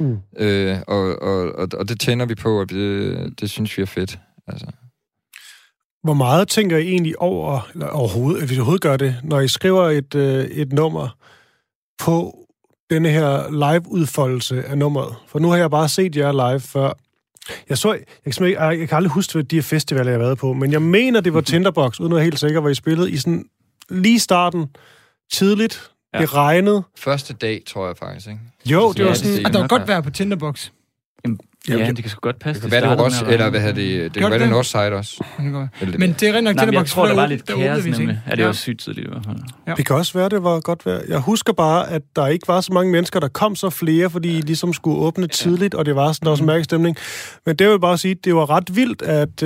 og det tænder vi på, og det synes vi er fedt, altså. Hvor meget tænker I egentlig over, eller overhovedet, hvis I overhovedet gør det, når I skriver et nummer på denne her live-udfoldelse af nummeret? For nu har jeg bare set jer live før. Jeg kan aldrig huske, hvad de her festivaler, jeg har været på, men jeg mener, det var Tinderbox, uden at være helt sikker, hvor I spillede i sådan lige starten, tidligt, det regnede. Første dag, tror jeg faktisk, ikke? Jo, det var sådan. Og der var godt vejr på Tinderbox. Ja, det kan sgu godt passe. Det kan være, det var også, eller hvad hedder det kan være, det Northside også. Men det er rent nok Tinderbox. Jeg tror, der var lidt kaos, nemlig. Ja, det var sygt tidligt i hvert fald. Ja. Det kan også være, det var godt vejr. Jeg husker bare, at der ikke var så mange mennesker, der kom så flere, fordi I ligesom skulle åbne tidligt, og det var sådan, der var sådan en mærkestemning. Men det vil jeg bare sige, det var ret vildt,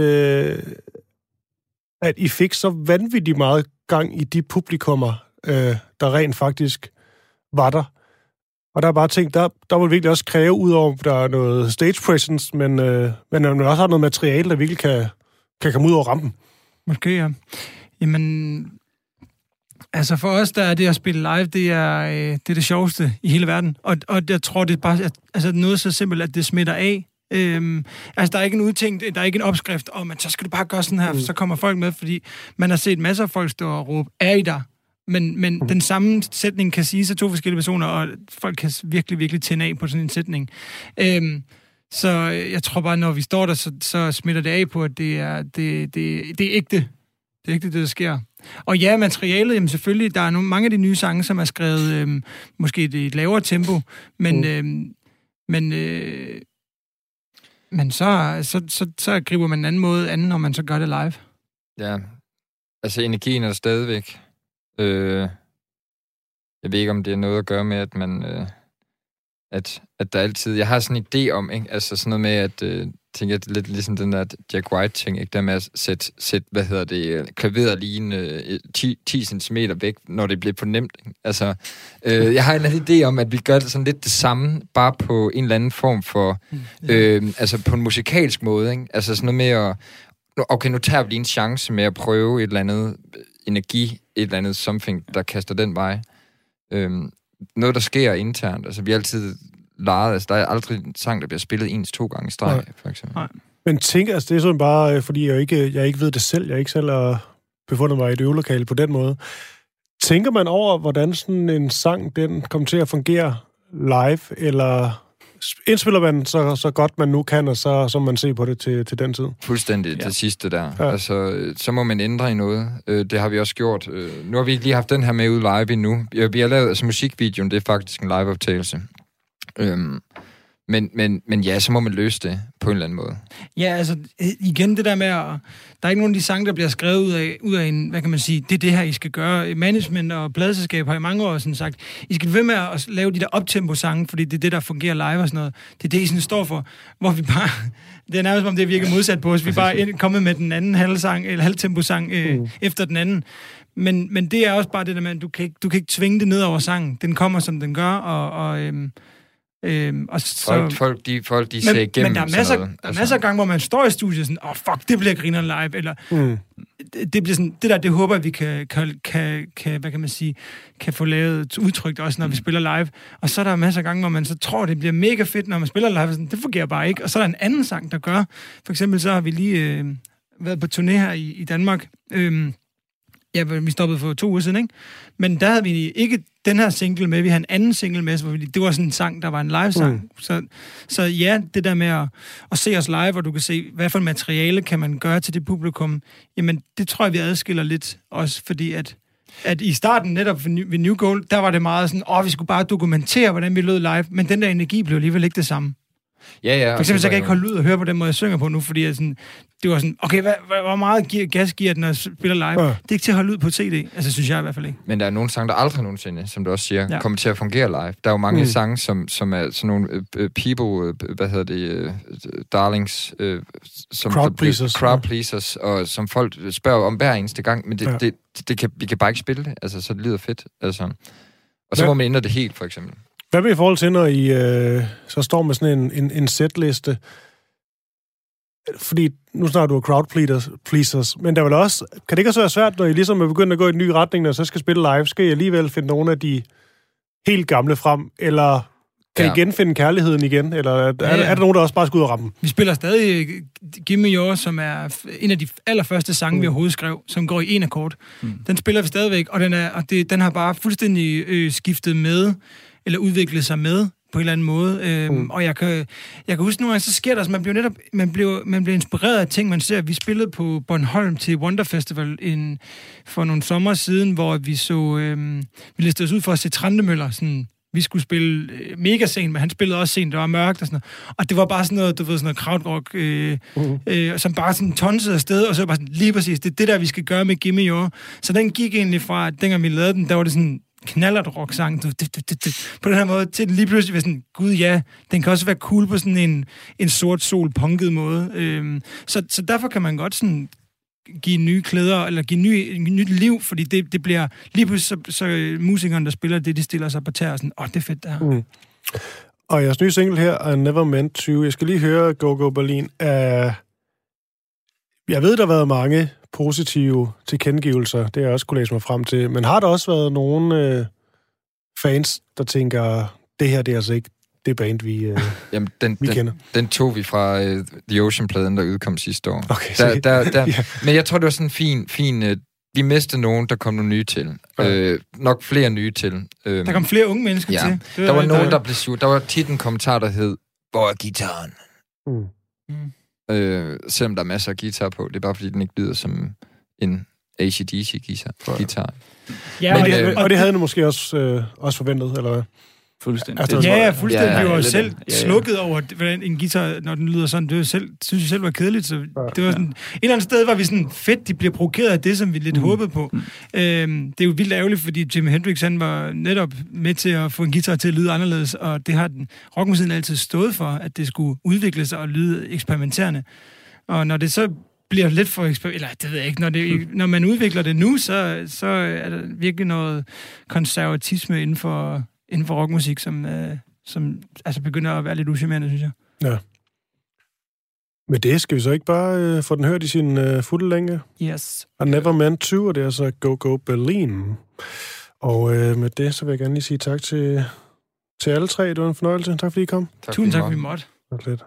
at I fik så vanvittigt meget gang i de publikummer, der rent faktisk var der. Og der er bare ting, der må virkelig også kræve, udover der er noget stage presence, men man også har noget materiale, der virkelig kan komme ud over rampen. Måske, ja. Jamen, altså for os, der er det at spille live, det er det sjoveste i hele verden. Og jeg tror, det er bare noget så simpelt, at det smitter af. Der er ikke en udtænkt, der er ikke en opskrift om, at så skal du bare gøre sådan her, så kommer folk med, fordi man har set masser af folk stå og råbe, er I der? Men den samme sætning kan siges af 2 forskellige personer, og folk kan virkelig, virkelig tænde af på sådan en sætning. Så jeg tror bare, når vi står der, så smitter det af på, at det er ægte. Det er ægte, det der sker. Og ja, materialet, jamen selvfølgelig, der er mange af de nye sange, som er skrevet måske i et lavere tempo, men så griber man en anden måde an, når man så gør det live. Ja, altså energien er der stadigvæk. Jeg ved ikke, om det er noget at gøre med, at man at der altid. Jeg har sådan en idé om, ikke? Altså sådan noget med, at tænker lidt ligesom den der Jack White-ting, ikke? Der med at sætte klaveret lige 10 cm væk, når det bliver for nemt. Altså, jeg har en anden idé om, at vi gør det sådan lidt det samme, bare på en eller anden form for, altså på en musikalsk måde, ikke? Altså sådan noget med at nu tager vi lige en chance med at prøve et eller andet energi, et eller andet something, der kaster den vej. Noget, der sker internt. Altså, vi har altid leget. Altså, der er aldrig en sang, der bliver spillet 1-2 gange i streg, for eksempel. Nej. Men tænk, altså, det er sådan bare, fordi jeg ikke ved det selv. Jeg ikke selv har befundet mig i et øvelokale på den måde. Tænker man over, hvordan sådan en sang, den kommer til at fungere live, eller indspiller man så godt man nu kan, og så man ser på det til den tid? Fuldstændig, det sidste der. Ja. Altså, så må man ændre i noget. Det har vi også gjort. Nu har vi ikke lige haft den her med ud live endnu. Vi har lavet, altså musikvideoen, det er faktisk en live-optagelse. Men ja, så må man løse det på en eller anden måde. Ja, altså igen det der med, der er ikke nogen af de sange, der bliver skrevet ud af en, hvad kan man sige, det er det her, I skal gøre. Management og pladeselskab har i mange år sådan sagt, I skal ved med at lave de der optempo-sange, fordi det er det, der fungerer live og sådan noget. Det er det, I sådan står for, hvor vi bare, det er nærmest som om det virker modsat på os, vi bare er kommet med den anden halvtempo-sang efter den anden. Men det er også bare det der med, at du kan ikke tvinge det ned over sangen. Den kommer, som den gør, og så, folk de ser igennem. Men der er masser af gange, hvor man står i studiet sådan, fuck, det bliver griner live, eller det bliver sådan, det håber vi kan, hvad kan man sige, kan få lavet udtrykt også, når vi spiller live. Og så er der masser af gange, hvor man så tror, det bliver mega fedt, når man spiller live, sådan, det fungerer bare ikke. Og så er der en anden sang, der gør. For eksempel så har vi lige været på turné her i Danmark. Vi stoppede for 2 uger siden, ikke? Men der havde vi ikke den her single med, vi havde en anden single med, hvor det var sådan en sang, der var en live-sang. Så ja, det der med at se os live, hvor du kan se, hvad for materiale kan man gøre til det publikum, jamen det tror jeg, vi adskiller lidt også, fordi at i starten netop ved New Gold, der var det meget sådan, vi skulle bare dokumentere, hvordan vi lød live, men den der energi blev alligevel ikke det samme. Ja. For eksempel, så kan jeg ikke holde ud og høre på den måde, jeg synger på nu, fordi jeg sådan, det var sådan, okay, hvor meget gas giver den, når jeg spiller live? Det er ikke til at holde ud på CD, altså synes jeg i hvert fald ikke. Men der er nogle sange, der aldrig nogensinde, som du også siger, kommer til at fungere live. Der er jo mange sange, som er sådan nogle people, darlings, som crowd pleasers, og som folk spørger om hver eneste gang, men vi kan bare ikke spille det, altså så det lyder fedt, altså. Og så må man ændre det helt, for eksempel. Hvad med i forhold til, når I så står med sådan en setliste? Fordi nu snakker du om crowd pleasers, men der vil også, kan det ikke også være svært, når I ligesom er begyndt at gå i en ny retning, når I så skal spille live, skal I alligevel finde nogle af de helt gamle frem, eller kan I genfinde kærligheden igen, eller er der nogen, der også bare skal ud og ramme? Vi spiller stadig Give Me Yours, som er en af de allerførste sange, vi overhovedet skrev, som går i 1 akkord. Den spiller vi stadigvæk, og den har bare fuldstændig skiftet med, eller udviklet sig med, på en eller anden måde. Og jeg kan huske nogle gange, så sker der, så man bliver inspireret af ting, man ser. Vi spillede på Bornholm til Wonder Festival for nogle sommer siden, hvor vi så, vi listede os ud for at se Trandemøller, sådan, vi skulle spille mega sent, men han spillede også sent, det var mørkt og sådan noget. Og det var bare sådan noget, du ved, sådan noget krautrock, som bare sådan tonsede afsted, og så bare sådan, lige præcis, det er det der, vi skal gøre med Gimme Your. Så den gik egentlig fra, at dengang vi lavede den, der var det sådan knallert rock-sang, på den her måde, til den lige pludselig var sådan, gud ja, den kan også være cool på sådan en sort sol punket måde. Så derfor kan man godt sådan give nye klæder, eller give nyt liv, fordi det bliver lige pludselig så musikeren, der spiller det, de stiller sig på tæer, og sådan, det er fedt det her. Og jeres nye single her, I Never Meant To, jeg skal lige høre Go Go Berlin. Jeg ved, der har været mange positive tilkendegivelser, det har jeg også kunne læse mig frem til, men har der også været nogle fans, der tænker, det her, det er altså ikke det band, vi kender? Den tog vi fra The Ocean-pladen, der udkom sidste år. Okay, Men jeg tror, det var sådan en fin vi mistede nogen, der kom nogle nye til. Nok flere nye til. Der kom flere unge mennesker til. Der var nogen, der blev sur. Der var tit en kommentar, der hed, hvor er gitaren? Selvom der er masser af guitar på. Det er bare, fordi den ikke lyder som en AC/DC-guitar. Ja, og det havde du måske også forventet, eller hvad? Fuldstændig. Fuldstændig. Vi var selv slukket over, hvordan en guitar, når den lyder sådan, det synes jeg selv var kedeligt. Så det var sådan, et eller andet sted var vi sådan, fedt, de bliver provokeret af det, som vi lidt håbede på. Det er jo vildt ærgerligt, fordi Jimi Hendrix, han var netop med til at få en guitar til at lyde anderledes, og det har rockmusikken altid stået for, at det skulle udvikle sig og lyde eksperimenterende. Og når det så bliver lidt for eller det ved jeg ikke, når man udvikler det nu, så er der virkelig noget konservatisme inden for rockmusik, som altså begynder at være lidt uschammerende, synes jeg. Ja. Med det skal vi så ikke bare få den hørt i sin fulde længe? Yes. I Never Meant To, og det er så Go Go Berlin. Og med det, så vil jeg gerne lige sige tak til alle tre. Det var en fornøjelse. Tak fordi I kom. Tusind tak, fordi I måtte. Tak lidt.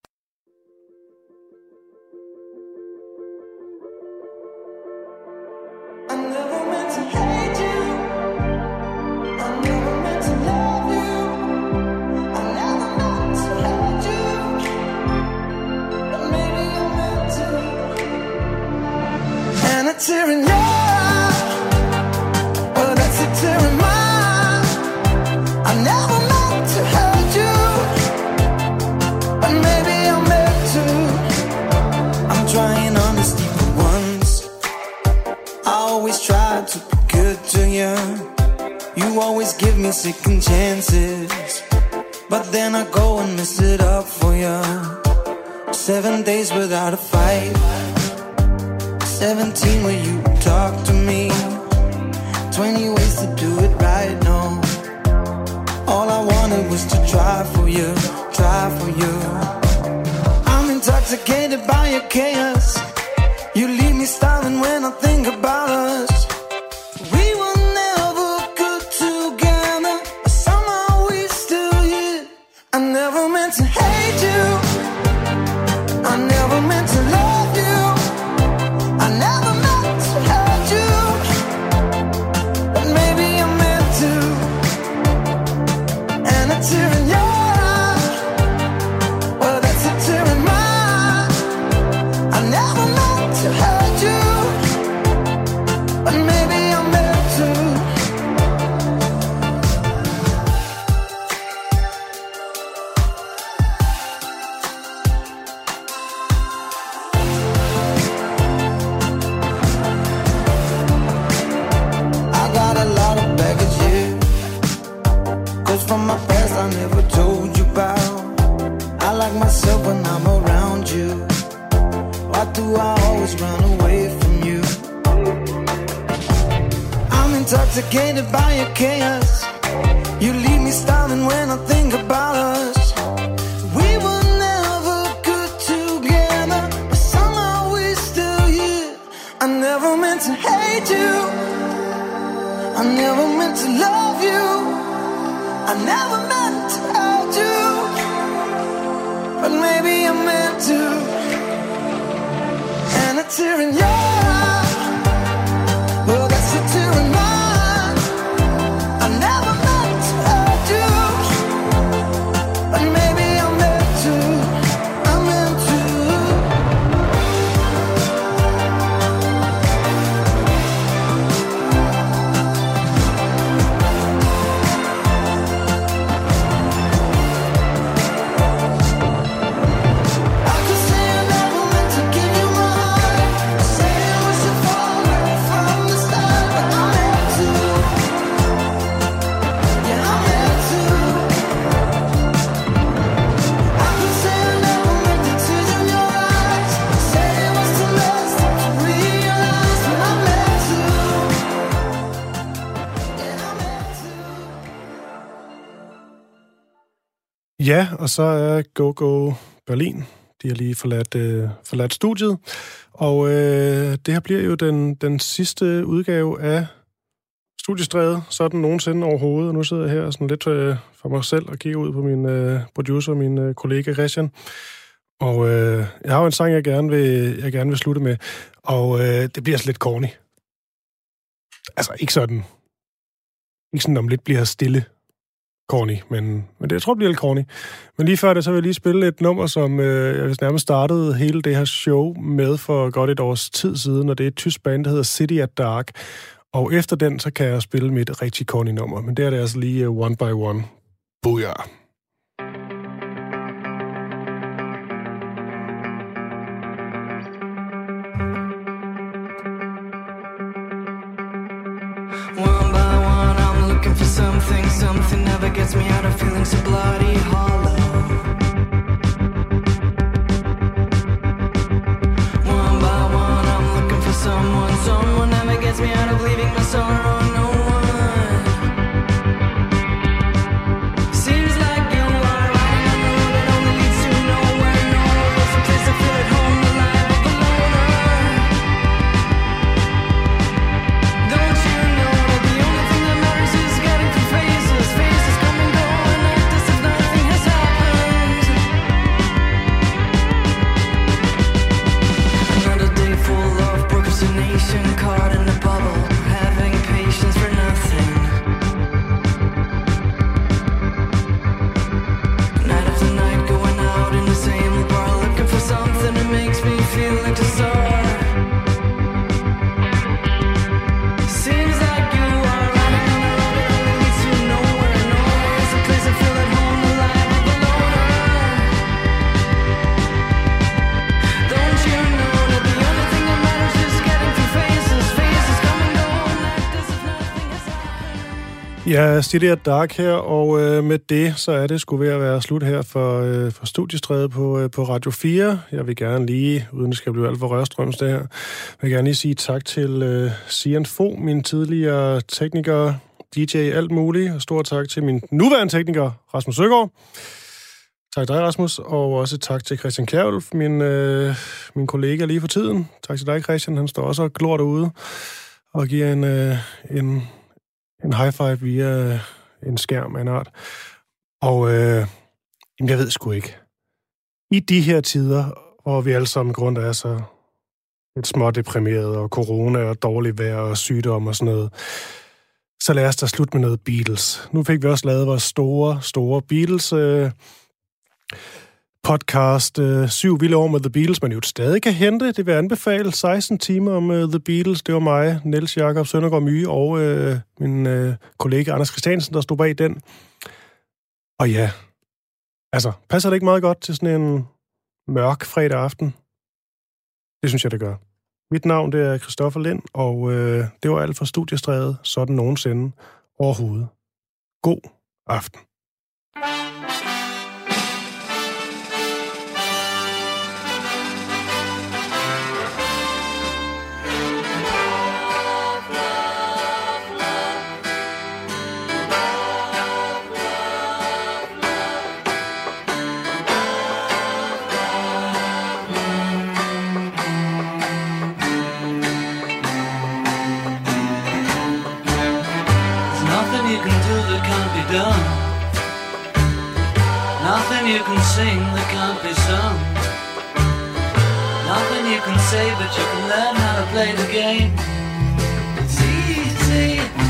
Tear in your eye, oh, that's a tear in mine. I never meant to hurt you, but maybe I'm meant to. I'm trying on the steeper ones. I always try to be good to you. You always give me second chances, but then I go and mess it up for you. 7 days without a fight, 17 where you talk to me, 20 ways to do it right, no. All I wanted was to try for you, try for you. I'm intoxicated by your chaos. You leave me starving when I think about us. We were never good together, but somehow we still here. I never meant to hate you, I never meant to love you, I never meant to hurt you, but maybe I'm meant to. And a tear in your eye, well, that's a tear in mine. I never meant to hurt you, but maybe I'm meant to. From my past I never told you about. I like myself when I'm around you. Why do I always run away from you? I'm intoxicated by your chaos. You leave me starving when I think about us. We were never good together, but somehow we're still here. I never meant to hate you, I never meant to love you, I never meant to hurt you, but maybe I'm meant to. And a tear in your eye, well, that's a tear in mine. I never meant to hurt you, but maybe I'm meant to. I'm meant to. Ja, og så er Go Go Berlin. De har lige forladt studiet. Og det her bliver jo den sidste udgave af Studiestræde, sådan nogensinde overhovedet. Og nu sidder jeg her sådan lidt for mig selv og kigger ud på min producer, min kollega Christian. Og jeg har jo en sang, jeg gerne vil slutte med. Og det bliver så lidt corny. Altså ikke sådan om lidt bliver stille corny, men det, jeg tror, det bliver lidt corny. Men lige før det, så vil jeg lige spille et nummer, som jeg nærmest startede hele det her show med for godt et års tid siden, og det er et tysk band, der hedder City at Dark. Og efter den, så kan jeg spille mit rigtig corny nummer, men det er det altså lige One by One. Booyah! Something never gets me out of feeling so bloody hollow. One by one I'm looking for someone never gets me out of leaving my sorrow. No one seems like feeling to soar. Seems like you are running on a road that leads you nowhere. Nowhere is a place I feel at home, the life of a loner. Don't you know that the only thing that matters is getting through phases. Phases come and go, like as if nothing has happened. Ja, City at Dark her, og med det, så er det sgu ved at være slut her for Studiestræde på Radio 4. Jeg vil gerne lige, uden det skal blive alt for rørstrøms det her, vil gerne lige sige tak til Sian Fo, min tidligere tekniker, DJ, alt muligt, og stor tak til min nuværende tekniker, Rasmus Søgaard. Tak til dig, Rasmus, og også tak til Christian Kjærulf, min kollega lige for tiden. Tak til dig, Christian, han står også og glor derude og giver en high five via en skærm af en art. Og jeg ved sgu ikke. I de her tider, hvor vi alle sammen grund er så lidt smådeprimeret, og corona og dårligt vejr og sygdom og sådan noget, så lad os da slutte med noget Beatles. Nu fik vi også lavet vores store Beatles podcast 7 vilde år med The Beatles, man jo stadig kan hente. Det vil jeg anbefale. 16 timer om The Beatles. Det var mig, Niels Jakob Søndergaard Myge og min kollega Anders Christiansen, der stod bag den. Og ja, altså, passer det ikke meget godt til sådan en mørk fredag aften? Det synes jeg, det gør. Mit navn, det er Christoffer Lind, og det var alt fra Studiestræde, sådan nogensinde overhovedet. God aften. Done. Nothing you can sing that can't be sung. Nothing you can say, but you can learn how to play the game. It's easy.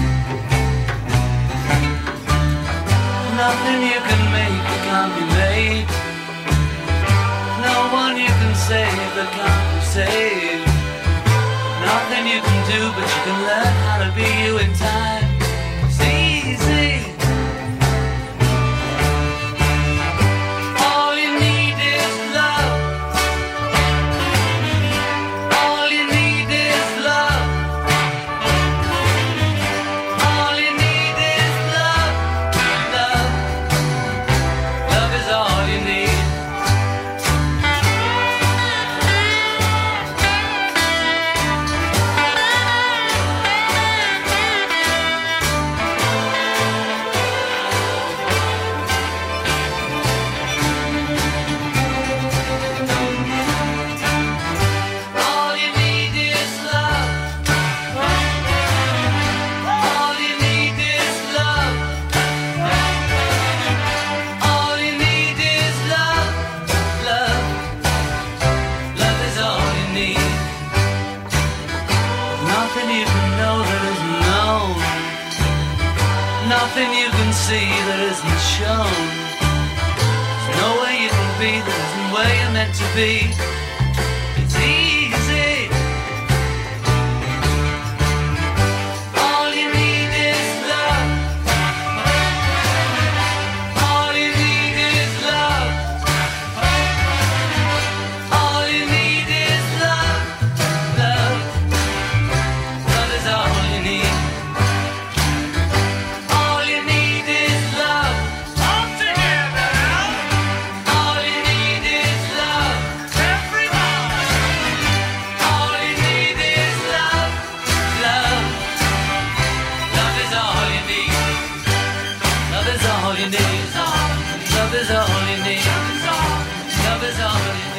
Nothing you can make that can't be made. No one you can save that can't be saved. Nothing you can do, but you can learn how to be you in time. It's easy. Nothing you can see that isn't shown. There's no way you can be that isn't where you're meant to be. It's easy. All you need is love. All you need is love. All you need is love. Love. Love is all you need. Love is all you need. Love is all you need. Love is all you need.